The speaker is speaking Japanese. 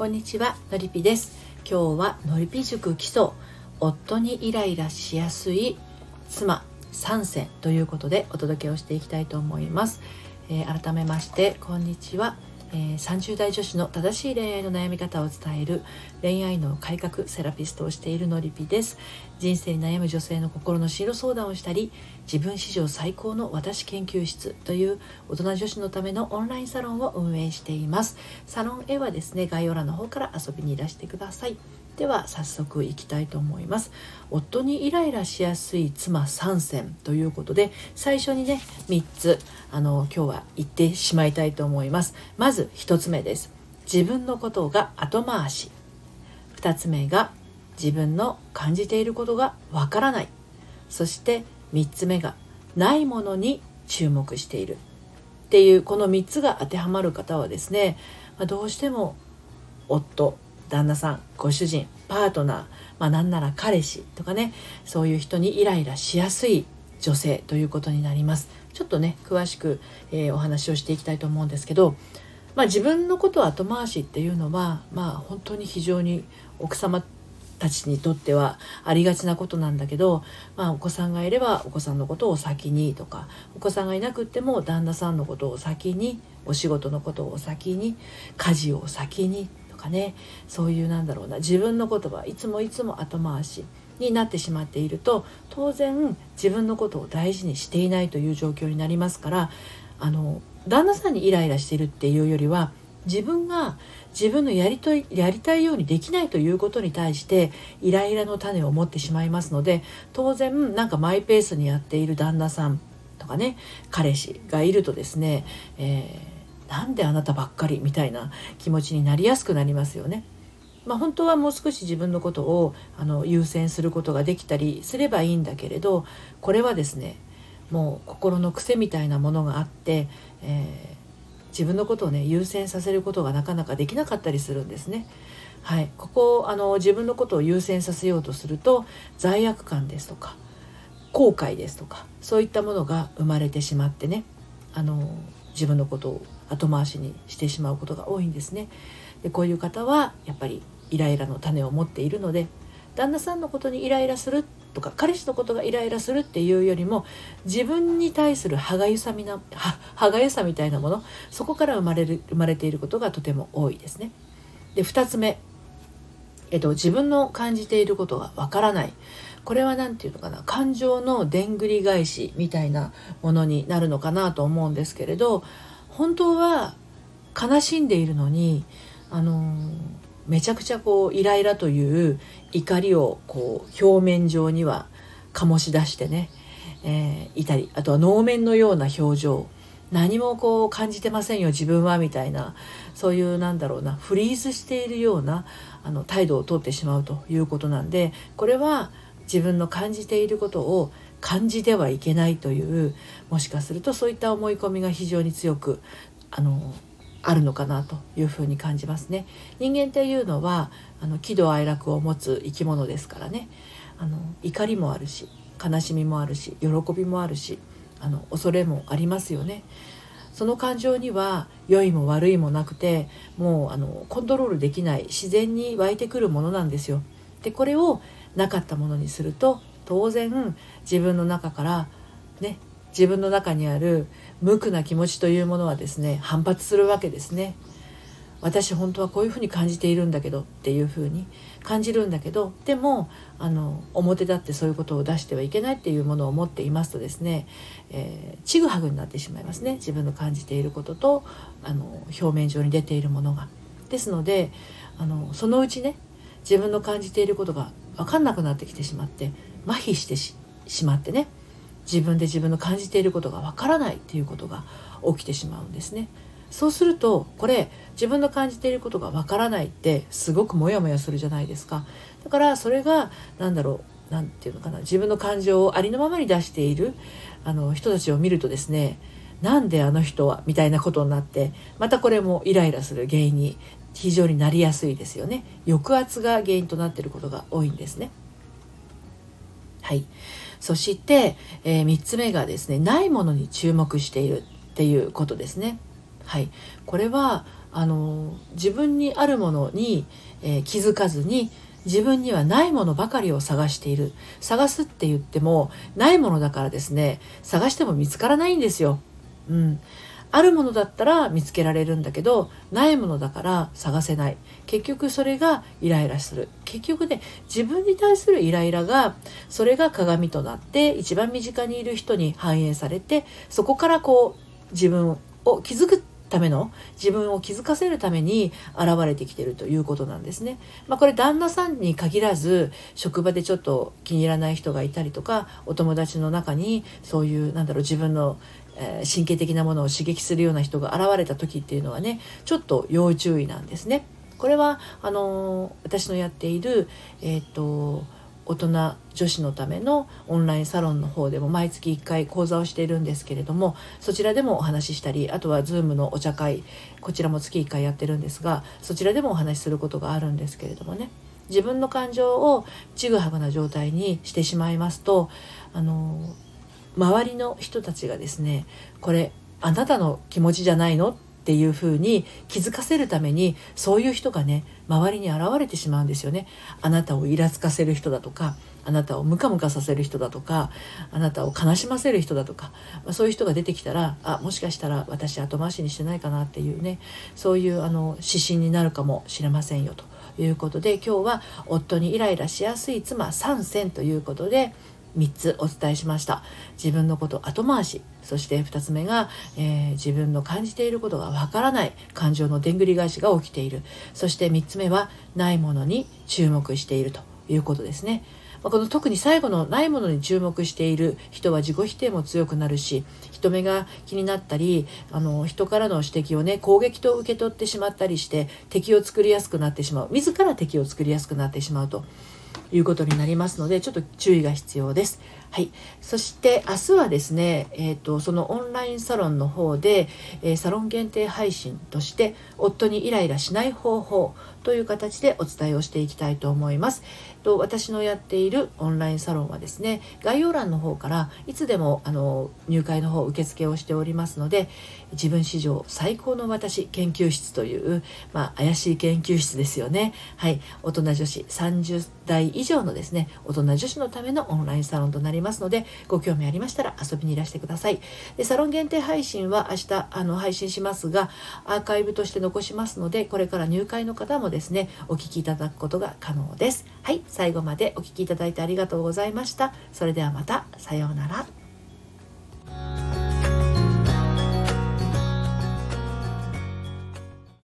こんにちは、のりぴです。今日はのりぴ塾基礎、夫にイライラしやすい妻3選ということでお届けをしていきたいと思います。改めましてこんにちは。30代女子の正しい恋愛の悩み方を伝える恋愛の改革セラピストをしているのりぴです。人生に悩む女性の心の進路相談をしたり、自分史上最高の私研究室という大人女子のためのオンラインサロンを運営しています。サロンへはですね、概要欄の方から遊びにいらしてください。では早速いきたいと思います。夫にイライラしやすい妻3選ということで、最初にね3つ今日は言ってしまいたいと思います。まず1つ目です。自分のことが後回し。2つ目が自分の感じていることがわからない。そして3つ目がないものに注目しているっていう、この3つが当てはまる方はですね、どうしても夫、旦那さん、ご主人、パートナー、なんなら彼氏とかね、そういう人にイライラしやすい女性ということになります。ちょっとね詳しく、お話をしていきたいと思うんですけど、自分のことを後回しっていうのは本当に非常に奥様たちにとってはありがちなことなんだけど、お子さんがいればお子さんのことを先にとか、お子さんがいなくっても旦那さんのことを先に、お仕事のことを先に、家事を先にとかね、そういう自分のことはいつも後回しになってしまっていると、当然自分のことを大事にしていないという状況になりますから、旦那さんにイライラしているっていうよりは、自分が自分のやりたいようにできないということに対してイライラの種を持ってしまいますので、当然マイペースにやっている旦那さんとかね、彼氏がいるとですね、なんであなたばっかりみたいな気持ちになりやすくなりますよね。本当はもう少し自分のことを優先することができたりすればいいんだけれど、これはですね、もう心の癖みたいなものがあって、自分のことをね優先させることがなかなかできなかったりするんですね。はい、自分のことを優先させようとすると、罪悪感ですとか後悔ですとか、そういったものが生まれてしまってね、自分のことを後回しにしてしまうことが多いんですね。でこういう方はやっぱりイライラの種を持っているので、旦那さんのことにイライラするとか、彼氏のことがイライラするっていうよりも、自分に対する歯がゆさみたいなもの、そこから生まれていることがとても多いですね。で2つ目、自分の感じていることがわからない。これは感情のでんぐり返しみたいなものになるのかなと思うんですけれど、本当は悲しんでいるのにめちゃくちゃイライラという怒りを表面上には醸し出してね、いたり、あとは能面のような表情、何も感じてませんよ自分はみたいな、そういうフリーズしているような態度をとってしまうということなんで、これは自分の感じていることを感じてはいけないという、もしかするとそういった思い込みが非常に強くあるのかなというふうに感じますね。人間っていうのは喜怒哀楽を持つ生き物ですからね、怒りもあるし、悲しみもあるし、喜びもあるし、恐れもありますよね。その感情には良いも悪いもなくて、もうコントロールできない、自然に湧いてくるものなんですよ。でこれをなかったものにすると、当然自分の中からね、自分の中にある無垢な気持ちというものはですね、反発するわけですね。私本当はこういうふうに感じているんだけどっていうふうに感じるんだけど、でも表立ってそういうことを出してはいけないっていうものを持っていますとですね、ちぐはぐになってしまいますね。自分の感じていることと表面上に出ているものが。ですのでそのうちね、自分の感じていることが分かんなくなってきてしまって、麻痺してしまってね、自分で自分の感じていることが分からないっていうことが起きてしまうんですね。そうすると自分の感じていることが分からないってすごくモヤモヤするじゃないですか。だからそれが自分の感情をありのままに出している人たちを見るとですね、なんであの人はみたいなことになって、またこれもイライラする原因に非常になりやすいですよね。抑圧が原因となっていることが多いんですね。はい。そして、3つ目がですね、ないものに注目しているっていうことですね。はい。これは自分にあるものに、気づかずに自分にはないものばかりを探している。探すって言ってもないものだからですね、探しても見つからないんですよ。あるものだったら見つけられるんだけど、ないものだから探せない。結局それがイライラする。結局ね、自分に対するイライラが、それが鏡となって一番身近にいる人に反映されて、そこから自分を気づくための、自分を気づかせるために現れてきているということなんですね。これ旦那さんに限らず、職場でちょっと気に入らない人がいたりとか、お友達の中にそういう自分の神経的なものを刺激するような人が現れた時っていうのはね、ちょっと要注意なんですね。これは私のやっている大人女子のためのオンラインサロンの方でも毎月1回講座をしているんですけれども、そちらでもお話ししたり、あとは Zoom のお茶会、こちらも月1回やってるんですが、そちらでもお話しすることがあるんですけれどもね、自分の感情をちぐはぐな状態にしてしまいますと、周りの人たちがですね、これあなたの気持ちじゃないのっていうふうに気づかせるために、そういう人がね、周りに現れてしまうんですよね。あなたをイラつかせる人だとか、あなたをムカムカさせる人だとか、あなたを悲しませる人だとか、そういう人が出てきたら、もしかしたら私後回しにしてないかなっていうね、そういう指針になるかもしれませんよということで、今日は夫にイライラしやすい妻3選ということで3つお伝えしました。自分のこと後回し、そして2つ目が、自分の感じていることがわからない感情のでんぐり返しが起きている。そして3つ目はないものに注目しているということですね。この特に最後のないものに注目している人は自己否定も強くなるし、人目が気になったり、人からの指摘をね、攻撃と受け取ってしまったりして敵を作りやすくなってしまう、自ら敵を作りやすくなってしまうということになりますので、ちょっと注意が必要です。はい、そして明日はですね、そのオンラインサロンの方で、サロン限定配信として夫にイライラしない方法という形でお伝えをしていきたいと思います。私のやっているオンラインサロンはですね、概要欄の方からいつでも入会の方受付をしておりますので、自分史上最高の私研究室という、怪しい研究室ですよね。はい、大人女子30代以上のですね、大人女子のためのオンラインサロンとなりますので、ご興味ありましたら遊びにいらしてください。で、サロン限定配信は明日配信しますが、アーカイブとして残しますので、これから入会の方もですね、お聞きいただくことが可能です。はい、最後までお聞きいただいてありがとうございました。それではまた、さようなら。